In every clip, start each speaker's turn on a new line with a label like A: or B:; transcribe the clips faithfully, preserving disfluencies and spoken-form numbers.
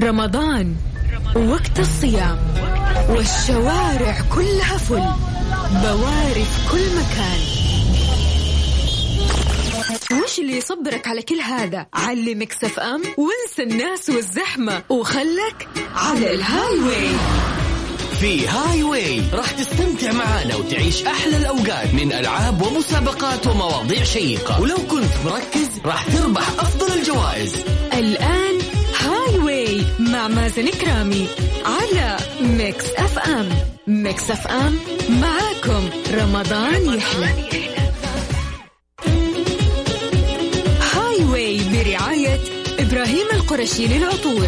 A: رمضان وقت الصيام والشوارع كلها فل، بواري في كل مكان. وش اللي يصبرك على كل هذا؟ علي ميكس اف ام وانسى الناس والزحمة وخلك على الهاي واي.
B: في هاي واي راح تستمتع معانا وتعيش أحلى الأوقات من ألعاب ومسابقات ومواضيع شيقة، ولو كنت مركز راح تربح أفضل الجوائز.
A: الآن هاي واي مع مازن كرامي على ميكس اف ام. ميكس اف ام معاكم رمضان يحلى. هاي واي برعاية إبراهيم القرشي للعطور.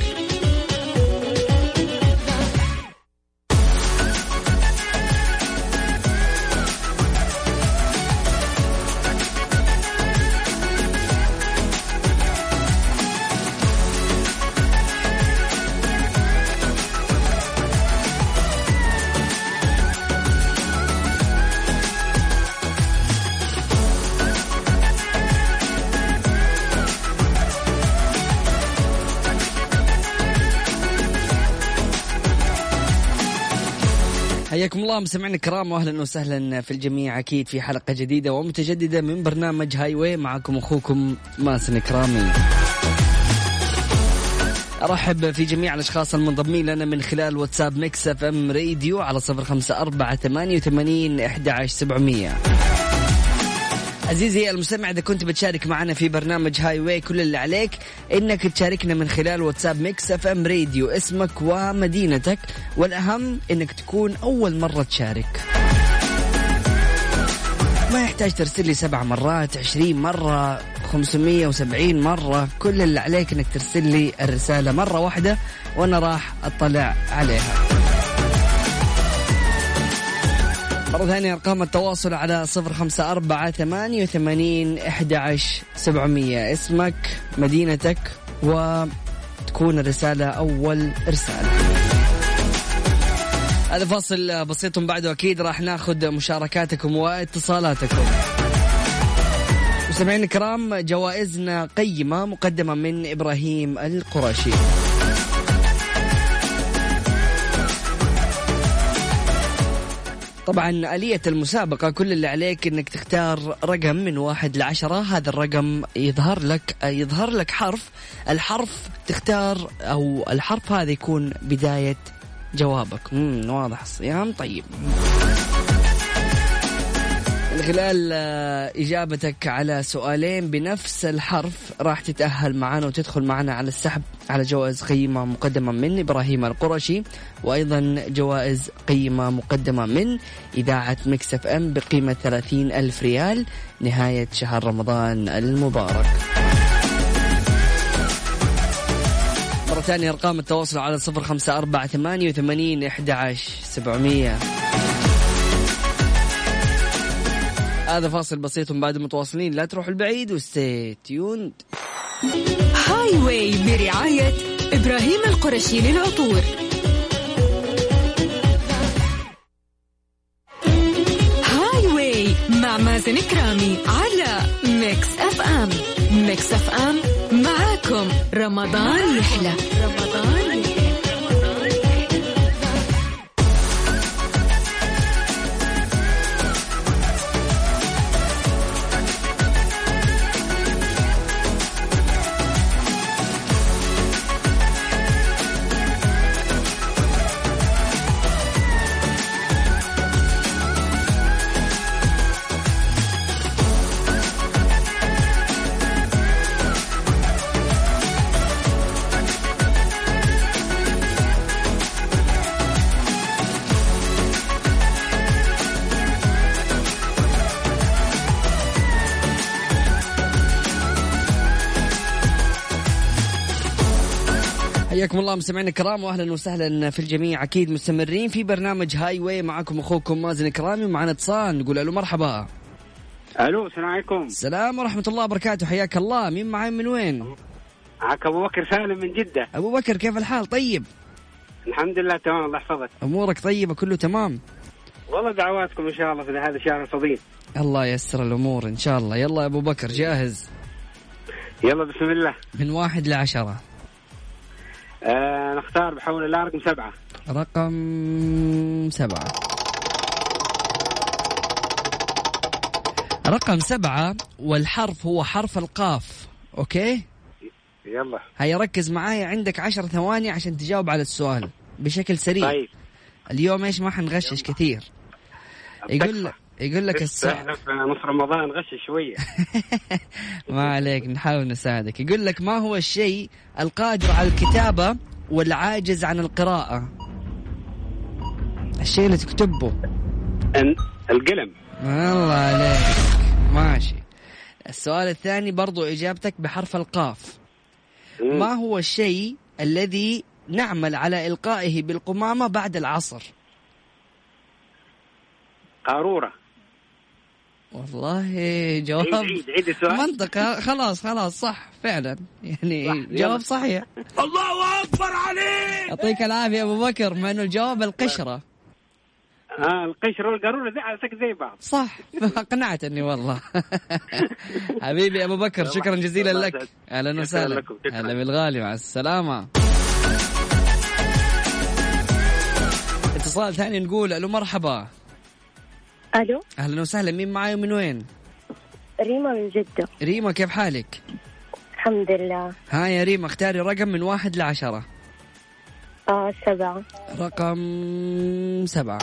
C: حياكم الله مستمعينا الكرام واهلا وسهلا في الجميع، اكيد في حلقه جديده ومتجدده من برنامج هاي واي. معكم اخوكم مازن كرامي. ارحب في جميع الاشخاص المنضمين لنا من خلال واتساب ميكس اف ام راديو على صفر خمسة أربعة ثمانية وثمانين أحد عشر سبعمية. عزيزي المستمع، إذا كنت بتشارك معنا في برنامج هاي واي كل اللي عليك إنك تشاركنا من خلال واتساب ميكس اف ام راديو، اسمك ومدينتك، والأهم إنك تكون أول مرة تشارك. ما يحتاج ترسل لي سبع مرات، عشرين مرة، خمسمية وسبعين مرة. كل اللي عليك إنك ترسل لي الرسالة مرة واحدة وأنا راح أطلع عليها. مرة ثانية أرقام التواصل على صفر خمسة أربعة ثمانية وثمانين أحد عشر سبعمية، اسمك مدينتك وتكون الرسالة أول رسالة. هذا فاصل بسيط بعده أكيد راح ناخذ مشاركاتكم واتصالاتكم. مستمعين الكرام، جوائزنا قيمة مقدمة من إبراهيم القرشي. طبعا آلية المسابقة كل اللي عليك انك تختار رقم من واحد لعشرة. هذا الرقم يظهر لك يظهر لك حرف، الحرف تختار او الحرف هذا يكون بداية جوابك. امم واضح الصيام. طيب، من خلال إجابتك على سؤالين بنفس الحرف راح تتأهل معنا وتدخل معنا على السحب على جوائز قيمة مقدمة من إبراهيم القرشي، وأيضا جوائز قيمة مقدمة من إذاعة ميكس اف ام بقيمة ثلاثين ألف ريال نهاية شهر رمضان المبارك. مرة ثانية أرقام التواصل على صفر خمسة أربعة ثمانية وثمانين أحد عشر سبعمية. هذا فاصل بسيط بعد متواصلين، لا تروحوا البعيد وستي تيوند.
A: هاي واي برعاية إبراهيم القرشي للعطور. هاي واي مع مازن كرامي على ميكس اف ام. ميكس اف ام معاكم رمضان يحلى. رمضان يحلى.
C: حياكم الله مستمعينا الكرام واهلا وسهلا في الجميع. اكيد مستمرين في برنامج هاي واي، معكم اخوكم مازن كرامي، ومعنا اتصال نقول الو مرحبا.
D: الو السلام عليكم.
C: السلام ورحمه الله وبركاته. حياك الله. مين معاي من وين؟
D: معك ابو بكر سالم من جده.
C: ابو بكر كيف الحال؟ طيب
D: الحمد لله تمام الله يحفظك.
C: امورك طيبه كله تمام؟
D: والله دعواتكم ان شاء الله في هذا الشهر الفضيل.
C: الله ييسر الامور ان شاء الله. يلا يا ابو بكر جاهز؟
D: يلا بسم الله.
C: من واحد لعشرة.
D: آه نختار بحول الله رقم سبعة.
C: رقم سبعة. رقم سبعة والحرف هو حرف القاف. أوكي
D: يلا
C: هيا ركز معايا، عندك عشر ثواني عشان تجاوب على السؤال بشكل سريع.
D: طيب.
C: اليوم إيش ما حنغشش كثير. يقول يقول لك السؤال
D: احنا في نص رمضان غش شوية.
C: ما عليك نحاول نساعدك. يقول لك ما هو الشيء القادر على الكتابة والعاجز عن القراءة؟ الشيء اللي تكتبه.
D: القلم.
C: الله عليك ماشي. السؤال الثاني برضو إجابتك بحرف القاف.
D: مم.
C: ما هو الشيء الذي نعمل على إلقائه بالقمامة بعد العصر؟
D: قارورة.
C: والله جواب
D: عيد عيد السؤال.
C: منطقة. خلاص خلاص صح فعلا يعني صح. جواب صحيح.
B: الله أكبر عليك.
C: يعطيك العافية أبو بكر. مع أنه الجواب القشرة.
D: آه القشرة والقارورة زي على زي بعض.
C: صح فقنعتني والله. حبيبي أبو بكر شكرا جزيلا لك. أهلا وسهلا. هلا بالغالي مع السلامة. اتصال ثاني نقول ألو مرحبا.
E: ألو
C: أهلا وسهلا. مين معاي ومن وين؟
E: ريما من جدة.
C: ريما كيف حالك؟
E: الحمد لله.
C: ها يا ريما اختاري رقم من واحد لعشرة.
E: آه سبعة.
C: رقم سبعة.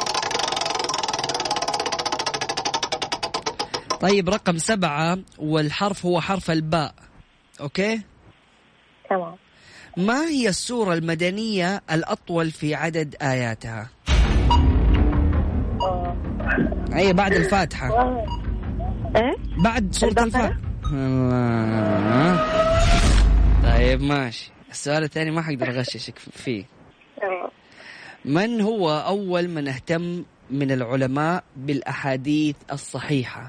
C: طيب رقم سبعة والحرف هو حرف الباء. أوكي
E: تمام.
C: ما هي السورة المدنية الأطول في عدد آياتها؟
E: آه.
C: أي بعد الفاتحة.
E: آه. إيه؟
C: بعد سورة الفاتحة. طيب ماشي. السؤال الثاني ما حقدر أغششك فيه.
E: آه.
C: من هو أول من اهتم من العلماء بالأحاديث الصحيحة؟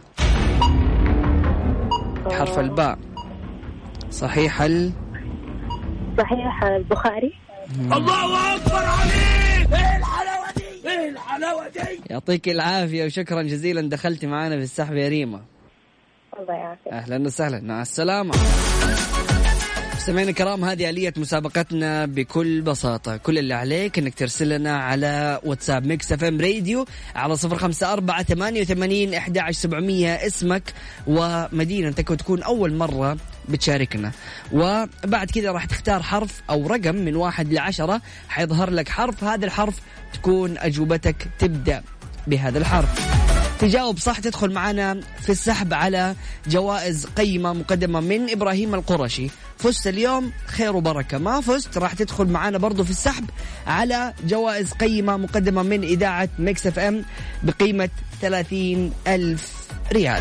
C: حرف الباء. صحيح ال
E: صحيح البخاري.
B: الله أكبر عليك. ايه الحلاوة دي ايه الحلاوة دي.
C: يعطيك العافية وشكرا جزيلا دخلتي معنا في السحب يا ريما.
E: الله يعافيك.
C: أهلا وسهلا مع السلامة. مستمعينا الكرام هذه آلية مسابقتنا بكل بساطة. كل اللي عليك انك ترسل لنا على واتساب ميكس اف ام راديو على صفر خمسة أربعة ثمانية وثمانين أحد عشر سبعمية اسمك ومدينتك وتكون أول مرة بتشاركنا. وبعد كذا راح تختار حرف أو رقم من واحد لعشرة حيظهر لك حرف. هذا الحرف تكون أجوبتك تبدأ بهذا الحرف. تجاوب صح تدخل معنا في السحب على جوائز قيمة مقدمة من إبراهيم القرشي. فزت اليوم خير وبركة. ما فزت راح تدخل معنا برضو في السحب على جوائز قيمة مقدمة من إذاعة ميكس اف ام بقيمة ثلاثين ألف ريال.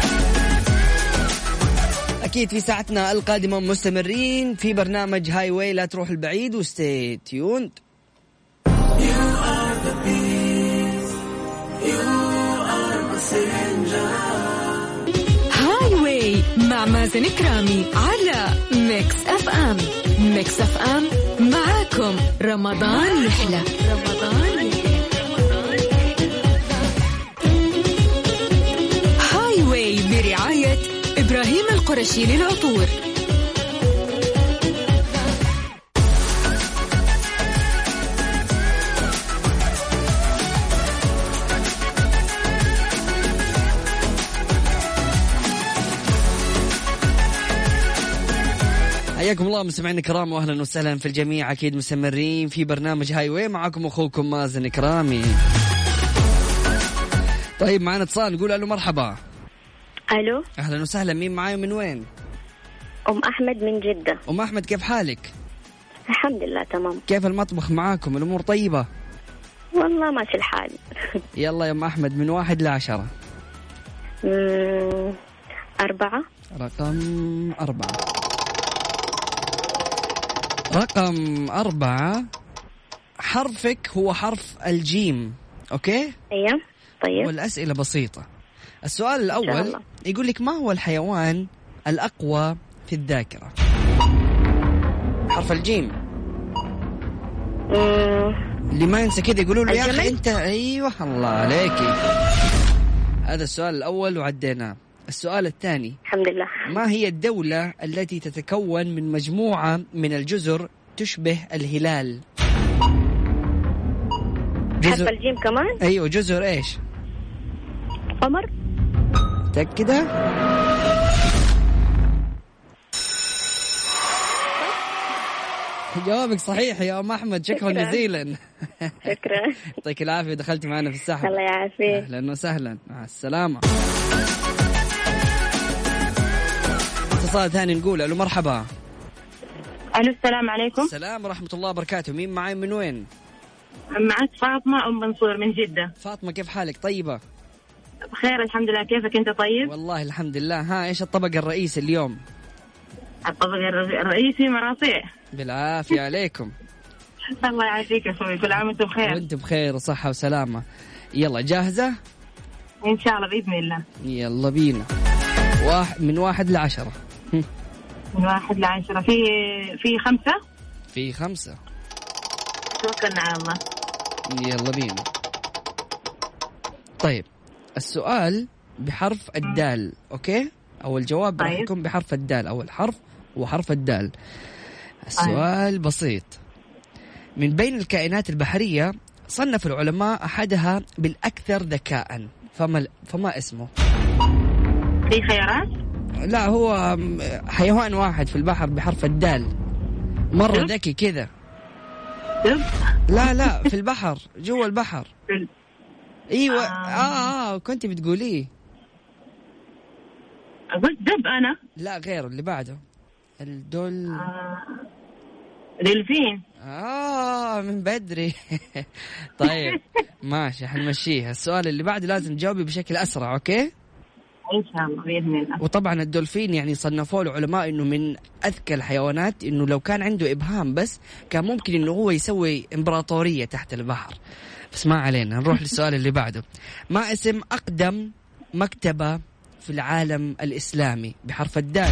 C: أكيد في ساعتنا القادمة مستمرين في برنامج هاي واي. لا تروح البعيد وستي تيوند.
A: هاي واي مع مازن كرامي على ميكس اف ام. ميكس اف ام معاكم رمضان يحلى. رمضان هاي واي برعاية إبراهيم القرشي للعطور.
C: حياكم الله مستمعينا الكرام واهلا وسهلا في الجميع. اكيد مستمرين في برنامج هاي واي معكم اخوكم مازن كرامي. طيب معنا اتصال نقول الو مرحبا.
E: الو
C: اهلا وسهلا. مين معاي من وين؟
E: ام احمد من جدة.
C: ام احمد كيف حالك؟
E: الحمد لله تمام.
C: كيف المطبخ معاكم؟ الامور طيبة؟
E: والله ماشي الحال.
C: يلا يا ام احمد من واحد لعشرة.
E: مم... أربعة.
C: رقم أربعة. رقم أربعة حرفك هو حرف الجيم. أوكي؟
E: أيوة طيب.
C: والأسئلة بسيطة. السؤال الأول يقول لك ما هو الحيوان الأقوى في الذاكرة؟ حرف الجيم.
E: مم...
C: اللي ما ينسى كده يقولوا له يا
E: الجمل؟
C: أخي أنت. أيوة الله عليكي. هذا السؤال الأول وعديناه. السؤال الثاني
E: الحمد لله.
C: ما هي الدولة التي تتكون من مجموعة من الجزر تشبه الهلال.
E: حرف الجيم كمان.
C: أيوة جزر إيش؟
E: قمر.
C: متأكدة؟ جوابك صحيح يا أم أحمد، شكرا جزيلا.
E: شكرا.
C: يعطيك العافية، دخلتي معنا في السحب.
E: الله يعافيك.
C: أهلا وسهلا، مع السلامة. اتصال ثاني نقول ألو مرحبا.
F: ألو السلام عليكم.
C: السلام ورحمة الله وبركاته. مين معاي من وين؟
F: معك فاطمة أم منصور من جدة.
C: فاطمة كيف حالك؟ طيبة؟
F: بخير الحمد لله، كيفك أنت؟ طيب
C: والله الحمد لله. ها إيش الطبق الرئيسي اليوم؟
F: الطبق الرئيسي مراسيع.
C: بالعافية عليكم.
F: الله يعافيك يا أخوي، كل عام وأنتم بخير.
C: وأنتم بخير وصحة وسلامة. يلا جاهزة؟
F: إن شاء الله بإذن الله.
C: يلا بينا. واحد من واحد لعشرة.
F: من واحد لعشرة. في في خمسة.
C: في خمسة.
F: توكلنا على الله.
C: يلا بينا. طيب السؤال بحرف الدال، أوكي؟ أو الجواب
F: طيب.
C: راح يكون بحرف الدال، أو الحرف وحرف الدال. السؤال بسيط. من بين الكائنات البحرية صنف العلماء أحدها بالأكثر ذكاء، فما فما اسمه؟
F: في خيارات؟
C: لا، هو حيوان واحد في البحر بحرف الدال، مرة
F: دب؟
C: ذكي كذا.
F: دب؟
C: لا لا، في البحر، جوا البحر.
F: في...
C: ايوه.
F: آه.
C: اه اه كنت بتقوليه.
F: قلت دب أنا.
C: لا غير اللي بعده. الدول.
F: آه. دلفين.
C: اه من بدري. طيب ماشي، حنمشيها. السؤال اللي بعده لازم تجاوبي بشكل أسرع، أوكي؟
F: إن شاء الله بإذن الله.
C: وطبعا الدولفين يعني صنفوه العلماء إنه من أذكى الحيوانات، إنه لو كان عنده إبهام بس كان ممكن إنه هو يسوي إمبراطورية تحت البحر. بس ما علينا، نروح للسؤال اللي بعده. ما اسم أقدم مكتبة في العالم الإسلامي بحرف الدال؟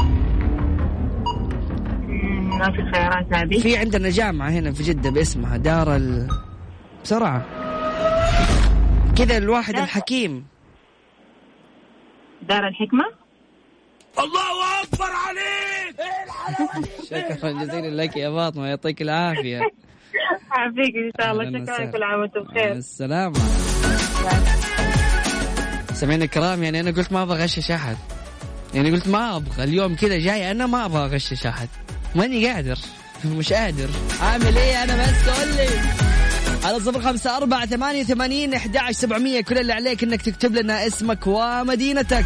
F: ما في خيارات هذه.
C: في عندنا جامعة هنا في جدة باسمها دار ال... بسرعة كذا الواحد
F: دار...
C: الحكيم.
F: دار الحكمة.
B: الله أكبر عليك.
C: شكرا جزيلا لك يا فاطمة، يعطيك العافية.
F: عافيك إن شاء الله. شكرا، كل عام وأنتم بخير.
C: السلامة. سمعنا الكرام، يعني أنا قلت ما أبغى أغشش أحد، يعني قلت ما أبغى اليوم كذا جاي أنا ما أبغى أغشش أحد، ماني قادر، مش قادر أعمل إيه أنا، بس قول لي على صفر خمسة أربعة ثمانية ثمانين أحد عشر سبعمية. كل اللي عليك إنك تكتب لنا اسمك ومدينتك.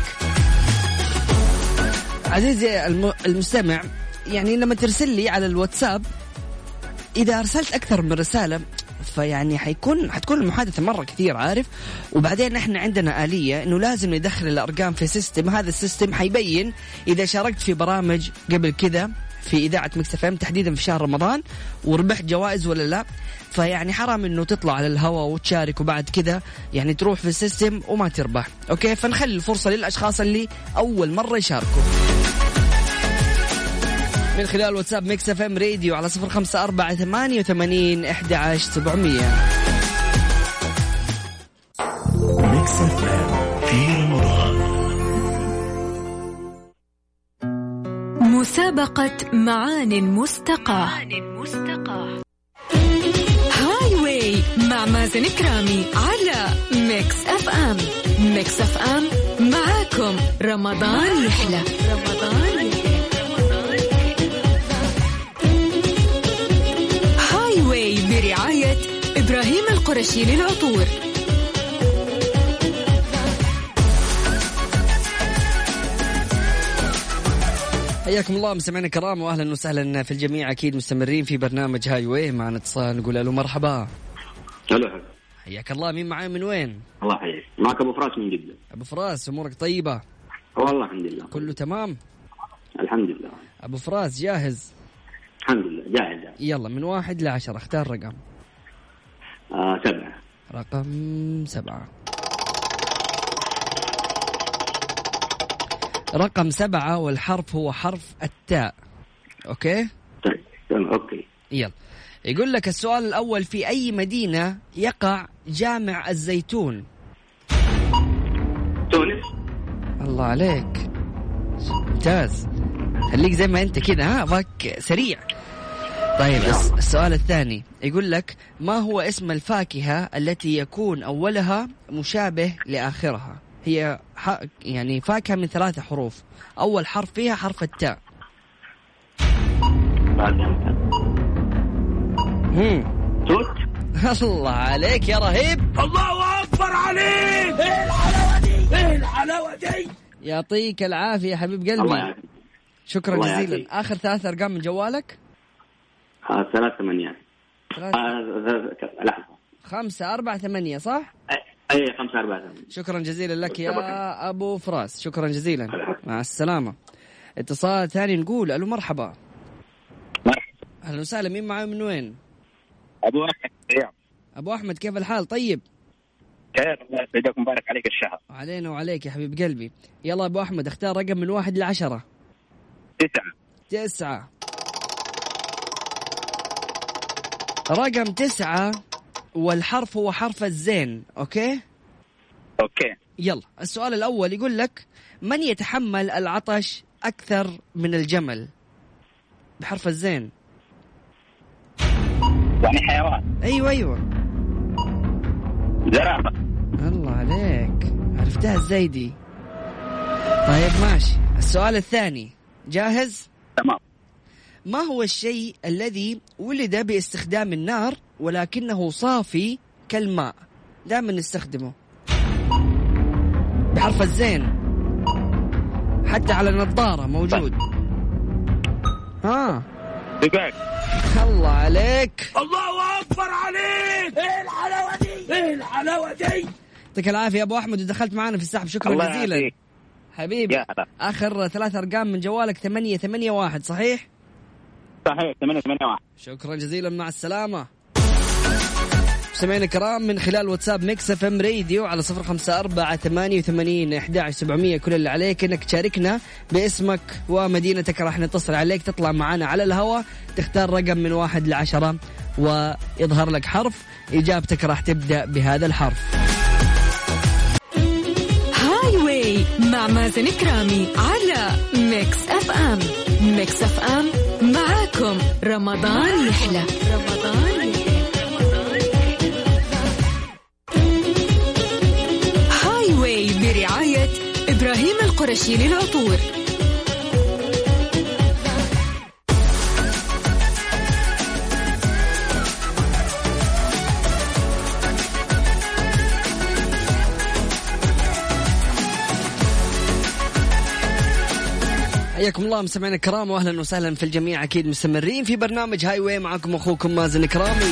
C: عزيزي المستمع، يعني لما ترسل لي على الواتساب، إذا أرسلت أكثر من رسالة فيعني حيكون حتكون المحادثة مرة كثير، عارف؟ وبعدين احنا عندنا آلية إنه لازم ندخل الأرقام في سيستم، هذا السيستم حيبين إذا شاركت في برامج قبل كذا في إذاعة ميكس اف ام تحديدا في شهر رمضان وربحت جوائز ولا لا. فيعني حرام إنه تطلع على الهواء وتشارك وبعد كذا يعني تروح في السيستم وما تربح، أوكي؟ فنخلي الفرصة للأشخاص اللي أول مرة يشاركوا من خلال واتساب ميكس اف ام راديو على صفر خمسة أربعة ثمانية ثمانين أحد عشر سبعمية.
G: ميكس اف ام في رمضان.
A: مسابقة معان مستقاة. هاي واي مع مازن كرامي على ميكس اف ام. ميكس اف ام معاكم رمضان يحلى. رمضان يحلى. هاي واي برعاية إبراهيم القرشي للعطور.
C: حياكم الله مستمعينا الكرام، واهلا وسهلا في الجميع. اكيد مستمرين في برنامج هاي واي، معنا اتصال نقول له مرحبا.
H: هلا،
C: حياك الله. مين معاي من وين؟
H: الله يحييك، معك ابو فراس من جدة.
C: ابو فراس، امورك طيبه؟
H: والله الحمد لله
C: كله تمام
H: الحمد لله.
C: ابو فراس جاهز؟
H: الحمد لله جاهز.
C: يلا من واحد لعشرة اختار رقم.
H: آه سبعة.
C: رقم سبعة. رقم سبعة والحرف هو حرف التاء، أوكي؟
H: طيب تمام أوكي.
C: يلا يقول لك السؤال الأول: في أي مدينة يقع جامع الزيتون؟
H: تونس.
C: الله عليك، ممتاز، خليك زي ما أنت كذا، ها باك سريع. طيب السؤال الثاني يقول لك ما هو اسم الفاكهة التي يكون أولها مشابه لآخرها؟ هي ح... يعني فاكهة من ثلاثة حروف، أول حرف فيها حرف التاء. هم
H: توت.
C: الله عليك يا رهيب،
B: الله أكبر عليك. ايه الحلاوة دي، ايه الحلاوة دي.
C: يعطيك العافية يا حبيب قلبي، شكرا جزيلا. آخر ثلاث أرقام من جوالك.
H: آه ثلاث ثمانيات.
C: آه
H: لحظة.
C: خمسة أربعة ثمانية صح؟
H: أي خمسة أربعة ثمانية.
C: شكرا جزيلا لك يا أبو فراس، شكرا جزيلا، مع السلامة. اتصال ثاني نقول ألو مرحبا.
I: مرحبا.
C: أهلا وسهلا، مين معاي من وين؟
I: أبو أحمد.
C: أبو أحمد كيف الحال؟ طيب
I: خير، الله يسعدك، مبارك عليك الشهر.
C: علينا وعليك يا حبيب قلبي. يلا أبو أحمد اختار رقم من واحد لعشرة.
I: تسعة.
C: تسعة. رقم تسعة والحرف هو حرف الزين. أوكي
I: أوكي
C: يلا السؤال الأول يقول لك من يتحمل العطش أكثر من الجمل؟ بحرف الزين.
I: يعني حيوان.
C: أيوة أيوة.
I: زرافة.
C: الله عليك، عرفتها ازاي دي؟ طيب ماشي. السؤال الثاني جاهز؟
I: تمام.
C: ما هو الشيء الذي ولد باستخدام النار ولكنه صافي كالماء؟ دائما نستخدمه بحرف الزين، حتى على النظارة موجود. ها
I: دقاق.
C: الله عليك،
B: الله أكبر عليك. ايه الحلاوة دي، ايه الحلاوة دي.
C: يعطيك العافية يا أبو أحمد، ودخلت معنا في السحب، شكرا جزيلا
I: يعطيك.
C: حبيبي. آخر ثلاث أرقام من جوالك ثمانية ثمانية واحد صحيح؟
I: صحيح ثمانية ثمانية واحد.
C: شكرا جزيلا، مع السلامة. سمعنا الكرام من خلال واتساب ميكس اف ام راديو على صفر خمسة أربعة ثمانية وثمانين أحد عشر سبعمية. كل اللي عليك انك تشاركنا باسمك ومدينتك، راح نتصل عليك تطلع معنا على الهواء، تختار رقم من واحد لعشرة ويظهر لك حرف، إجابتك راح تبدأ بهذا الحرف.
A: هاي واي مع مازن كرامي على ميكس اف ام. ميكس اف ام معاكم رمضان يحلى. رمضان يحلى. هاي واي برعاية إبراهيم القرشي للعطور.
C: حياكم الله مستمعينا الكرام، واهلا وسهلا في الجميع. اكيد مستمرين في برنامج هاي واي، معكم اخوكم مازن كرامي.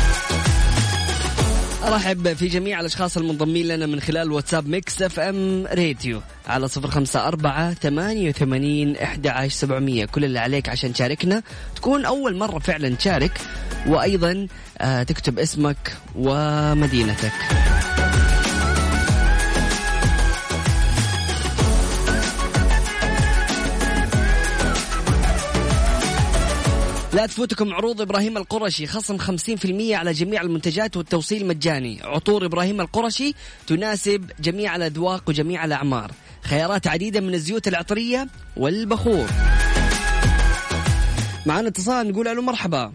C: ارحب في جميع الاشخاص المنضمين لنا من خلال واتساب ميكس اف ام راديو على صفر خمسة أربعة ثمانية وثمانين أحد عشر سبعمية. كل اللي عليك عشان تشاركنا تكون اول مرة فعلا تشارك، وايضا آه تكتب اسمك ومدينتك. لا تفوتكم عروض إبراهيم القرشي، خصم خمسين بالمئة على جميع المنتجات والتوصيل مجاني. عطور إبراهيم القرشي تناسب جميع الأذواق وجميع الأعمار، خيارات عديدة من الزيوت العطرية والبخور. معنا اتصال، نقول ألو مرحبا.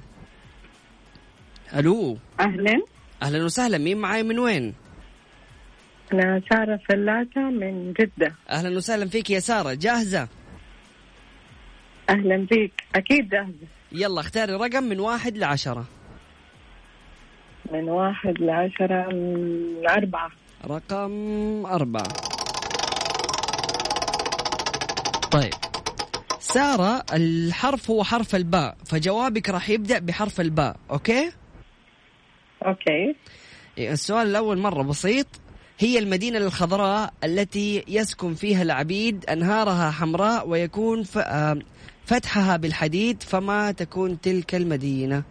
C: ألو
F: أهلا.
C: أهلا وسهلا، مين معاي من وين؟
F: أنا سارة فلاتة من جدة.
C: أهلا وسهلا فيك يا سارة، جاهزة؟
F: أهلا بيك، أكيد جاهزة.
C: يلا اختاري رقم من واحد لعشرة.
F: من واحد لعشرة، من أربعة.
C: رقم أربعة. طيب سارة، الحرف هو حرف الباء، فجوابك راح يبدأ بحرف الباء. أوكي
F: أوكي.
C: السؤال الأول مرة بسيط. هي المدينة الخضراء التي يسكن فيها العبيد، أنهارها حمراء ويكون ف... فتحها بالحديد، فما تكون تلك المدينة؟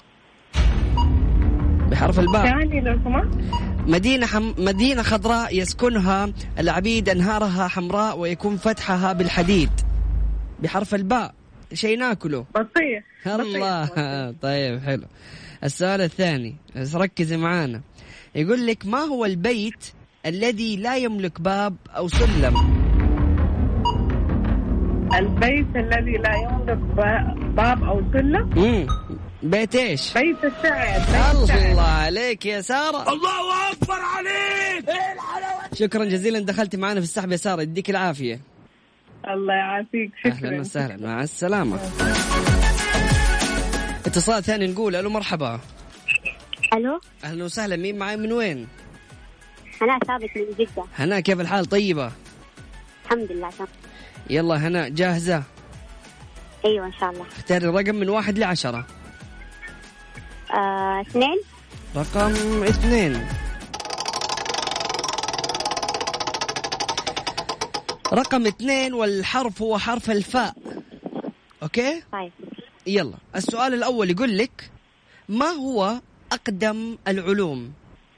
C: بحرف الباء.
F: يعني لو سمحت.
C: مدينة حم... مدينة خضراء يسكنها العبيد، أنهارها حمراء ويكون فتحها بالحديد، بحرف الباء. شيء ناكله.
F: بطيخ.
C: الله. طيب حلو. السؤال الثاني، بس ركزي معانا. يقول لك ما هو البيت الذي لا يملك باب أو سلم؟
F: البيت الذي لا يملك باب أو سلم.
C: مم. بيت ايش؟
F: بيت السعد.
C: الله عليك يا سارة.
B: الله أكبر عليك.
C: شكرا جزيلا دخلتي معنا في السحب يا سارة، يديك العافية.
F: الله يعافيك. شكرا.
C: أهلا وسهلا، مع السلامة. اتصال ثاني نقول ألو مرحبا.
E: ألو.
C: أهلا وسهلا، مين معي من وين؟
E: هناء ثابت من جدة.
C: هناء كيف الحال؟ طيبة
E: الحمد لله تمام.
C: يلا هناء جاهزة؟
E: أيوة إن شاء الله.
C: اختاري رقم من واحد لعشرة.
E: آه، اثنين.
C: رقم اثنين. رقم اثنين والحرف هو حرف الفاء. أوكي؟
E: طيب.
C: يلا السؤال الأول يقول لك ما هو أقدم العلوم؟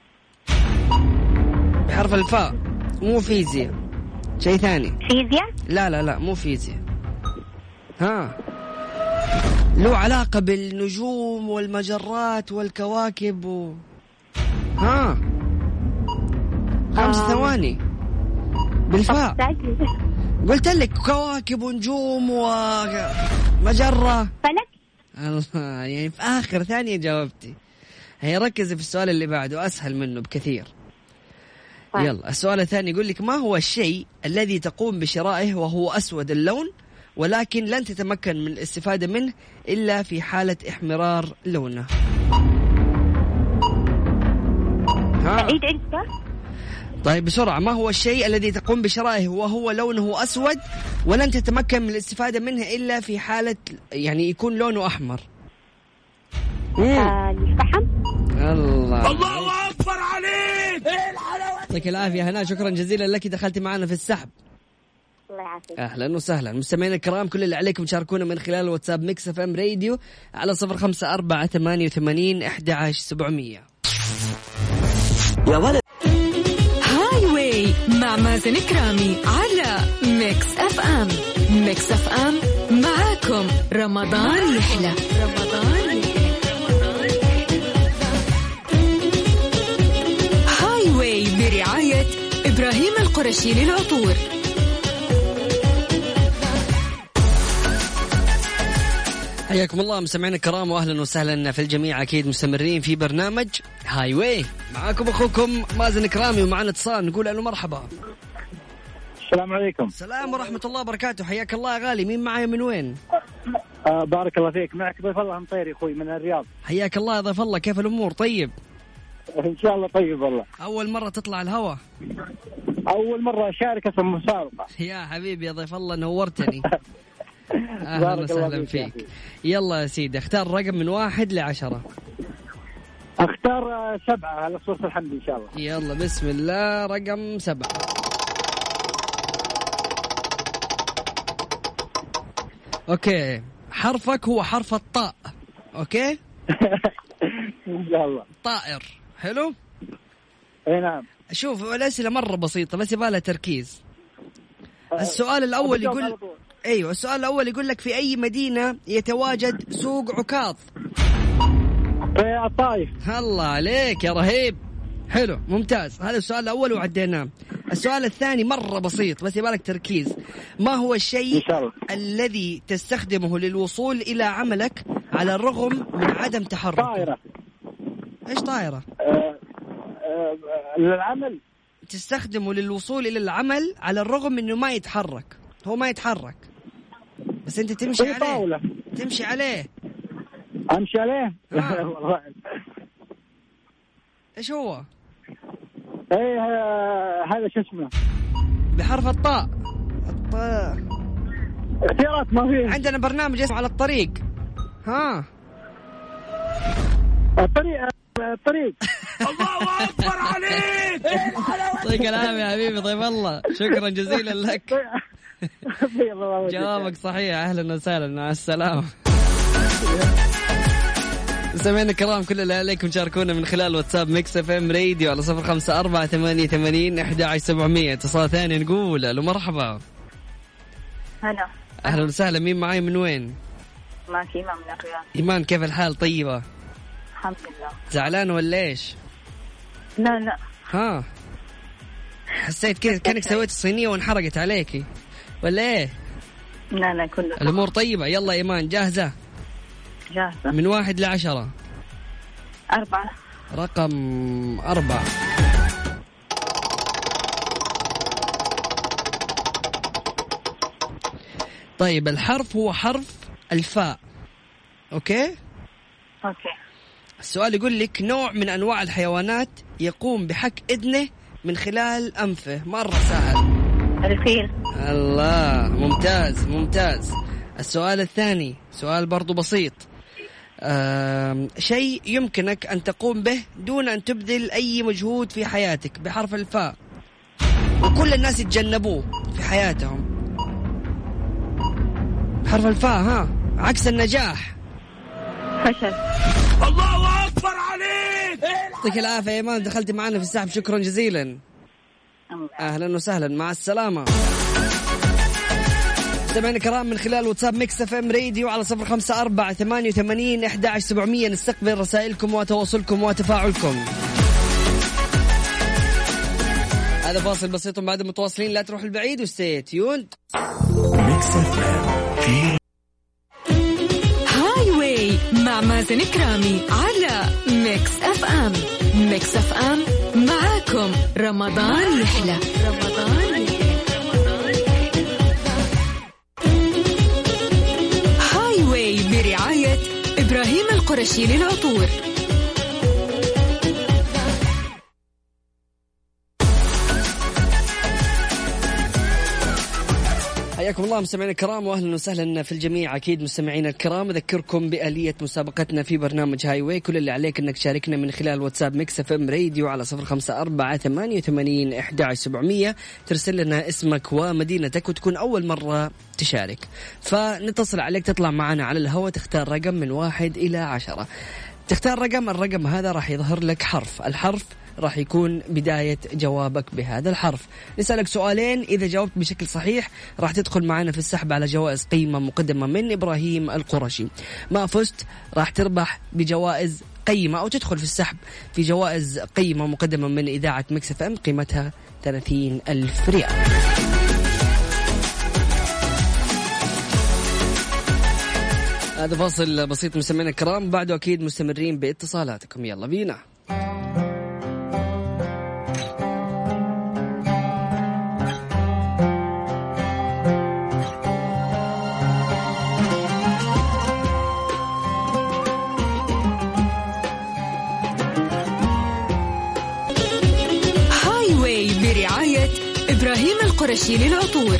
C: بحرف الفاء، مو فيزياء، شيء ثاني.
E: فيزياء؟
C: لا لا لا مو فيزياء. ها، له علاقة بالنجوم والمجرات والكواكب و... ها خمس آه. ثواني بالفاء. قلت لك كواكب ونجوم ومجرة.
E: فلك.
C: الله، يعني في آخر ثانية جاوبتي. هي ركزي في السؤال اللي بعده أسهل منه بكثير. طيب. يلا السؤال الثاني يقول لك ما هو الشيء الذي تقوم بشرائه وهو أسود اللون ولكن لن تتمكن من الاستفادة منه إلا في حالة احمرار لونه؟
E: عيد عيد.
C: طيب بسرعة، ما هو الشيء الذي تقوم بشرائه وهو لونه أسود ولن تتمكن من الاستفادة منه إلا في حالة يعني يكون لونه أحمر؟
E: آه، الفحم.
C: الله
B: الله أكبر عليك.
C: يعطيك العافية هنا، شكرا جزيلا لك دخلتي معنا في السحب.
E: الله يعافيك.
C: أهلا وسهلا. مستمعينا الكرام كل اللي عليكم تشاركونا من خلال واتساب ميكس اف ام راديو على صفر خمسة أربعة ثمانية وثمانين أحد عشر سبعمية.
B: يا ولد
A: هاي واي مع مازن كرامي على ميكس اف ام. ميكس اف ام معاكم رمضان يحلى. رمضان يحلى. هاي واي برعاية إبراهيم القرشي للعطور.
C: حياكم الله مستمعينا الكرام واهلا وسهلا في الجميع. اكيد مستمرين في برنامج هاي واي، معاكم اخوكم مازن كرامي ومعنا اتصال نقول له مرحبا.
I: السلام عليكم.
C: السلام ورحمه الله وبركاته. حياك الله يا غالي، مين معايا من وين؟
I: آه بارك الله فيك، معك ضيف الله مطيري اخوي من الرياض.
C: حياك الله يا ضيف الله، كيف الامور؟ طيب
I: ان شاء الله طيب والله.
C: اول مره تطلع الهوا؟
I: اول مره اشارك في المسابقه.
C: يا حبيبي يا ضيف الله نورتني. أهلا وسهلا فيك. يلا يا سيدي اختار رقم من واحد لعشرة.
I: اختار سبعة على صورة الحمد إن شاء الله.
C: يلا بسم الله، رقم سبعة. أوكي، حرفك هو حرف الطاء. أوكي
I: إن شاء الله.
C: طائر. حلو.
I: إيه نعم.
C: شوف الأسئلة مرة بسيطة بس يبغى لها تركيز. السؤال الأول يقول أيوة السؤال الأول يقول لك في أي مدينة يتواجد سوق عكاظ؟
I: في الطائف.
C: الله عليك يا رهيب، حلو ممتاز. هذا السؤال الأول وعديناه. السؤال الثاني مرة بسيط بس يبالك تركيز. ما هو الشيء الذي تستخدمه للوصول إلى عملك على الرغم من عدم تحرك؟
I: طائرة.
C: إيش طائرة؟
I: أه أه للعمل.
C: تستخدمه للوصول إلى العمل على الرغم من إنه ما يتحرك. هو ما يتحرك بس أنت تمشي عليه.
I: طاولة.
C: تمشي عليه.
I: أمشي عليه.
C: آه. إيش هو؟
I: إيه هذا شو اسمه؟
C: بحرف الطاء. الطاء.
I: اختيارات ما في.
C: عندنا برنامج اسمه على الطريق. ها.
I: الطريق الطريق.
B: الله أكبر عليك.
C: يعطيك العافية يا حبيبي ضيف الله، شكرا جزيلا لك. جوابك صحيح. أهلا وسهلا، مع السلامة. سمعنا الكرام كل اللي عليكم شاركونا من خلال واتساب ميكس اف ام راديو على صفر خمسة أربعة ثمانية ثمانين أحد عشر سبعمية. اتصال ثاني نقول ألو مرحبا.
F: هلا.
C: أهلا وسهلا، مين معاي من وين؟
F: معك إيمان من الرياض.
C: إيمان كيف الحال؟ طيبة
F: الحمد لله.
C: زعلان ولا إيش؟
F: لا لا.
C: ها حسيت كذا كأنك سويت الصينية وانحرقت عليكي ولا إيه؟
F: لا لا كله
C: الأمور طيبة. يلا إيمان جاهزة؟
F: جاهزة.
C: من واحد لعشرة.
F: أربعة.
C: رقم أربعة. طيب الحرف هو حرف الفاء. أوكي؟
F: أوكي.
C: السؤال يقول لك نوع من أنواع الحيوانات يقوم بحك إذنه من خلال أنفه. مرة سهل.
F: الفيل.
C: الله، ممتاز ممتاز. السؤال الثاني سؤال برضو بسيط. شيء يمكنك أن تقوم به دون أن تبذل أي مجهود في حياتك بحرف الفاء وكل الناس يتجنبوه في حياتهم. بحرف الفاء. ها، عكس النجاح.
F: فشل.
B: الله أكبر عليك.
C: يعطيك العافية يا إيمان، دخلت معنا في السحب، شكرا جزيلا. أهلا وسهلا، مع السلامة. مستمعينا الكرام، من خلال واتساب ميكس اف ام راديو على صفر خمسة أربعة ثمانية وثمانين أحد عشر سبعمية نستقبل رسائلكم وتواصلكم وتفاعلكم. هذا فاصل بسيط بعد متواصلين، لا تروح البعيد وستي تيوند.
G: ميكس اف ام
A: هاي واي مع مازن كرامي على ميكس اف ام. ميكس اف ام معاكم رمضان يحلى. رمضان يحلى. هاي واي برعاية إبراهيم القرشي للعطور.
C: حياكم الله مستمعينا الكرام واهلا وسهلا في الجميع. اكيد مستمعينا الكرام اذكركم بآلية مسابقتنا في برنامج هاي واي. كل اللي عليك انك تشاركنا من خلال واتساب ميكس اف ام راديو على صفر خمسة أربعة ثمانية وثمانين أحد عشر سبعمية. ترسل لنا اسمك ومدينتك وتكون اول مرة تشارك، فنتصل عليك تطلع معنا على الهواء. تختار رقم من واحد الى عشرة. تختار رقم، الرقم هذا راح يظهر لك حرف، الحرف راح يكون بداية جوابك بهذا الحرف. نسألك سؤالين، إذا جاوبت بشكل صحيح راح تدخل معنا في السحب على جوائز قيمة مقدمة من إبراهيم القرشي. ما فزت راح تربح بجوائز قيمة أو تدخل في السحب في جوائز قيمة مقدمة من إذاعة ميكس اف ام قيمتها ثلاثين ألف ريال. هذا فاصل بسيط مستمعينا الكرام، بعده أكيد مستمرين باتصالاتكم. يلا بينا.
A: هاي واي برعاية إبراهيم القرشي للعطور.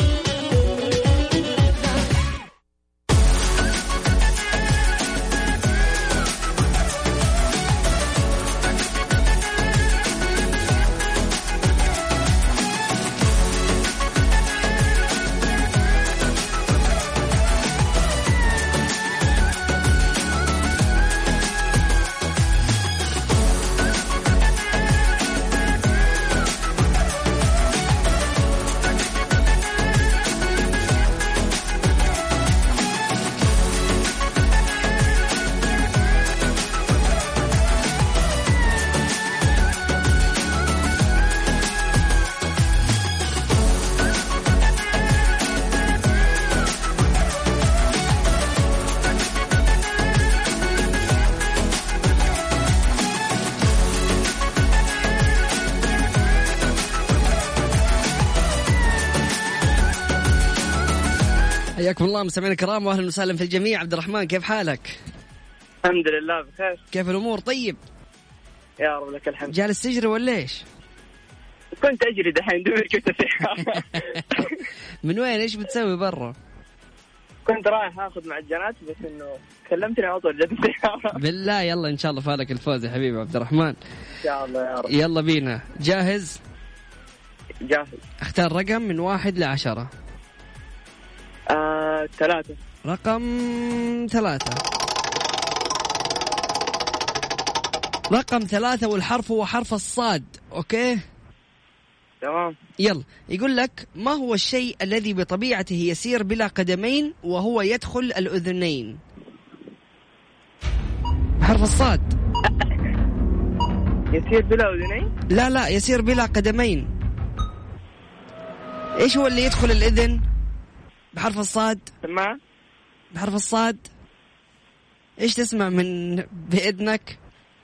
C: حياكم الله مستمعينا الكرام واهلا وسهلا في الجميع. عبد الرحمن كيف حالك؟
J: الحمد لله بخير.
C: كيف الامور؟ طيب
J: يا رب لك الحمد.
C: جالس تجري ولا ايش؟
J: كنت اجري دحين دوبي كنت سيارة.
C: من وين؟ ايش بتسوي برا؟
J: كنت رايح اخذ معجنات بس انه كلمتني على طول جت السيارة.
C: بالله يلا ان شاء الله فالك الفوز يا حبيبي عبد الرحمن.
J: ان شاء الله يا رب.
C: يلا بينا. جاهز؟
J: جاهز.
C: اختار رقم من واحد لعشرة.
J: آه، ثلاثة.
C: رقم ثلاثة. رقم ثلاثة والحرف هو حرف الصاد. أوكي
J: تمام.
C: يلا يقول لك ما هو الشيء الذي بطبيعته يسير بلا قدمين وهو يدخل الأذنين؟ حرف الصاد.
J: يسير بلا أذنين؟
C: لا لا يسير بلا قدمين. إيش هو اللي يدخل الأذن بحرف الصاد؟
J: سماعة.
C: بحرف الصاد. إيش تسمع من بإذنك؟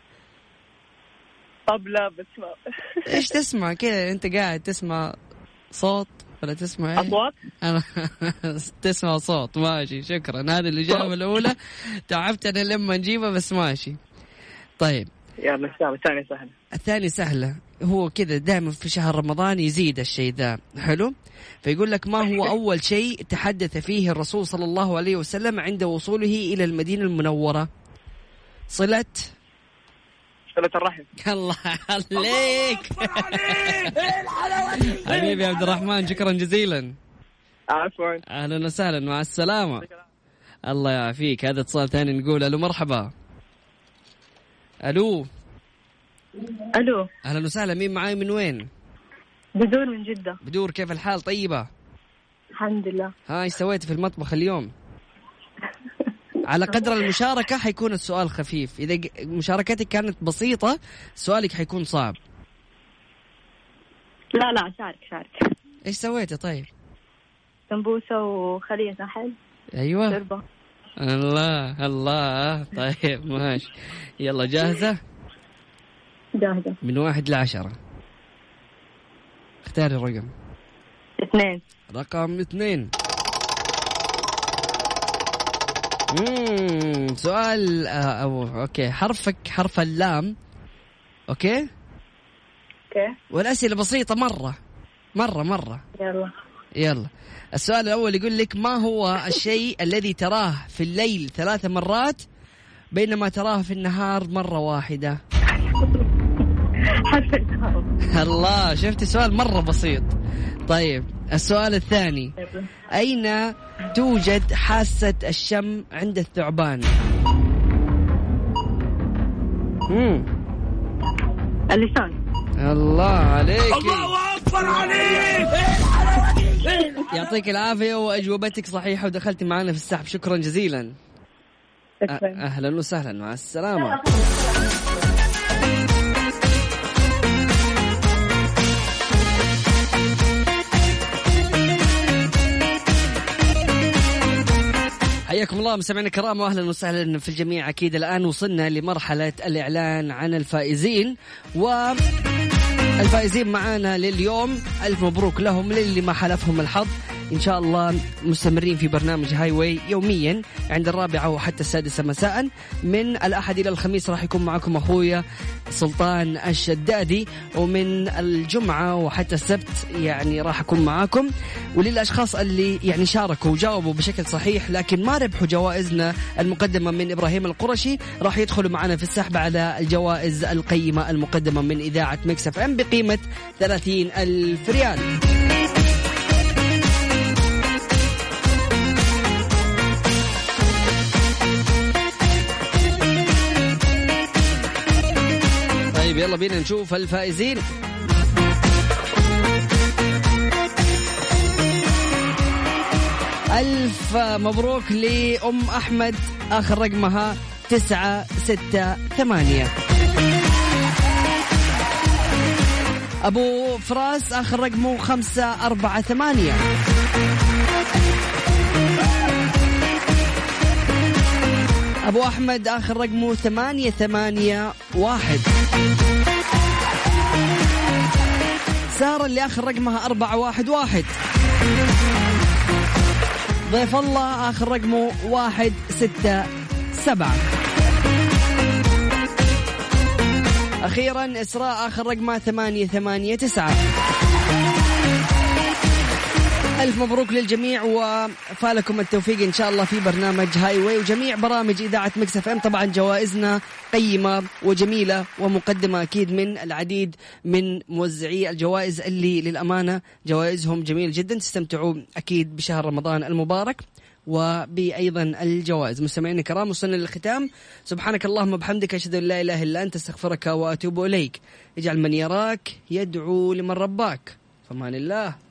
J: طبلة بسمع.
C: إيش تسمع كذا؟ أنت قاعد تسمع صوت ولا تسمع
J: أصوات؟
C: أنا تسمع صوت. ماشي شكرا. هذه الإجابة الأولى تعبت أنا لما نجيبها بس ماشي. طيب
J: يلا الثانية الثانية سهلة.
C: الثاني سهلة. هو كذا دائما في شهر رمضان يزيد الشيء ذا. حلو. فيقول لك ما هو أول شيء تحدث فيه الرسول صلى الله عليه وسلم عند وصوله إلى المدينة المنورة؟ صلة
J: صلة الرحم.
C: الله عليك حبيبي عبد الرحمن شكرا جزيلا.
J: عفوا.
C: أهلا وسهلا مع السلامة. الله يعافيك. هذا اتصال ثاني نقول ألو مرحبا. ألو.
F: ألو.
C: أهلا وسهلا. مين معاي من وين؟
F: بدور من جدة.
C: بدور كيف الحال؟ طيبة
F: الحمد لله.
C: ها ايش سويت في المطبخ اليوم؟ على قدر المشاركة حيكون السؤال خفيف. إذا مشاركتك كانت بسيطة سؤالك حيكون صعب.
F: لا لا شارك شارك.
C: ايش سويتي طيب؟
F: سمبوسة وخلية نحل.
C: أيوة
F: شربة.
C: الله الله. طيب ماشي يلا جاهزة؟
F: جاهزة.
C: من واحد لعشرة اختاري الرقم.
F: اثنين.
C: رقم اثنين. مم. سؤال آه أو أوكي حرفك حرف اللام. أوكي
F: أوكي.
C: والأسئلة بسيطة مرة مرة مرة.
F: يلا
C: يلا. السؤال الأول يقول لك ما هو الشيء الذي تراه في الليل ثلاث مرات بينما تراه في النهار مرة واحدة؟
F: حرف الكاف.
C: الله شفتي سؤال مرة بسيط. طيب السؤال الثاني أين توجد حاسة الشم عند الثعبان؟ مم.
F: اللسان.
C: الله عليك.
B: الله أكبر عليك.
C: يعطيك العافية وأجوبتك صحيحة ودخلت معنا في السحب. شكرا جزيلا. أهلا وسهلا مع السلامة. حياكم الله مستمعينا الكرام واهلا وسهلا في الجميع. اكيد الان وصلنا لمرحله الاعلان عن الفائزين، والفائزين معانا لليوم الف مبروك لهم للي ما حلفهم الحظ. إن شاء الله مستمرين في برنامج هاي واي يوميا عند الرابعة وحتى السادسة مساء. من الأحد إلى الخميس راح يكون معكم أخويا سلطان الشدادي، ومن الجمعة وحتى السبت يعني راح أكون معاكم. وللأشخاص اللي يعني شاركوا وجاوبوا بشكل صحيح لكن ما ربحوا جوائزنا المقدمة من إبراهيم القرشي راح يدخلوا معنا في السحب على الجوائز القيمة المقدمة من إذاعة ميكس اف ام بقيمة ثلاثين ألف ريال. طيب يلا بينا نشوف الفائزين. ألف مبروك لأم أحمد آخر رقمها تسعة ستة ثمانية. أبو فراس آخر رقمه خمسة أربعة ثمانية. أبو أحمد آخر رقمه ثمانية ثمانية واحد. سارة اللي آخر رقمها أربعة واحد واحد. ضيف الله آخر رقمه واحد ستة سبعة. أخيرا إسراء آخر رقمها ثمانية ثمانية تسعة. ألف مبروك للجميع وفالكم التوفيق إن شاء الله في برنامج هاي واي وجميع برامج إذاعة ميكس اف ام. طبعا جوائزنا قيمة وجميلة ومقدمة أكيد من العديد من موزعي الجوائز اللي للأمانة جوائزهم جميل جدا. تستمتعوا أكيد بشهر رمضان المبارك وبأيضا الجوائز. مستمعين الكرام وصلنا للختام. سبحانك اللهم وبحمدك أشهد أن لا إله إلا أنت استغفرك وأتوب إليك. اجعل من يراك يدعو لمن رباك. فمان الله.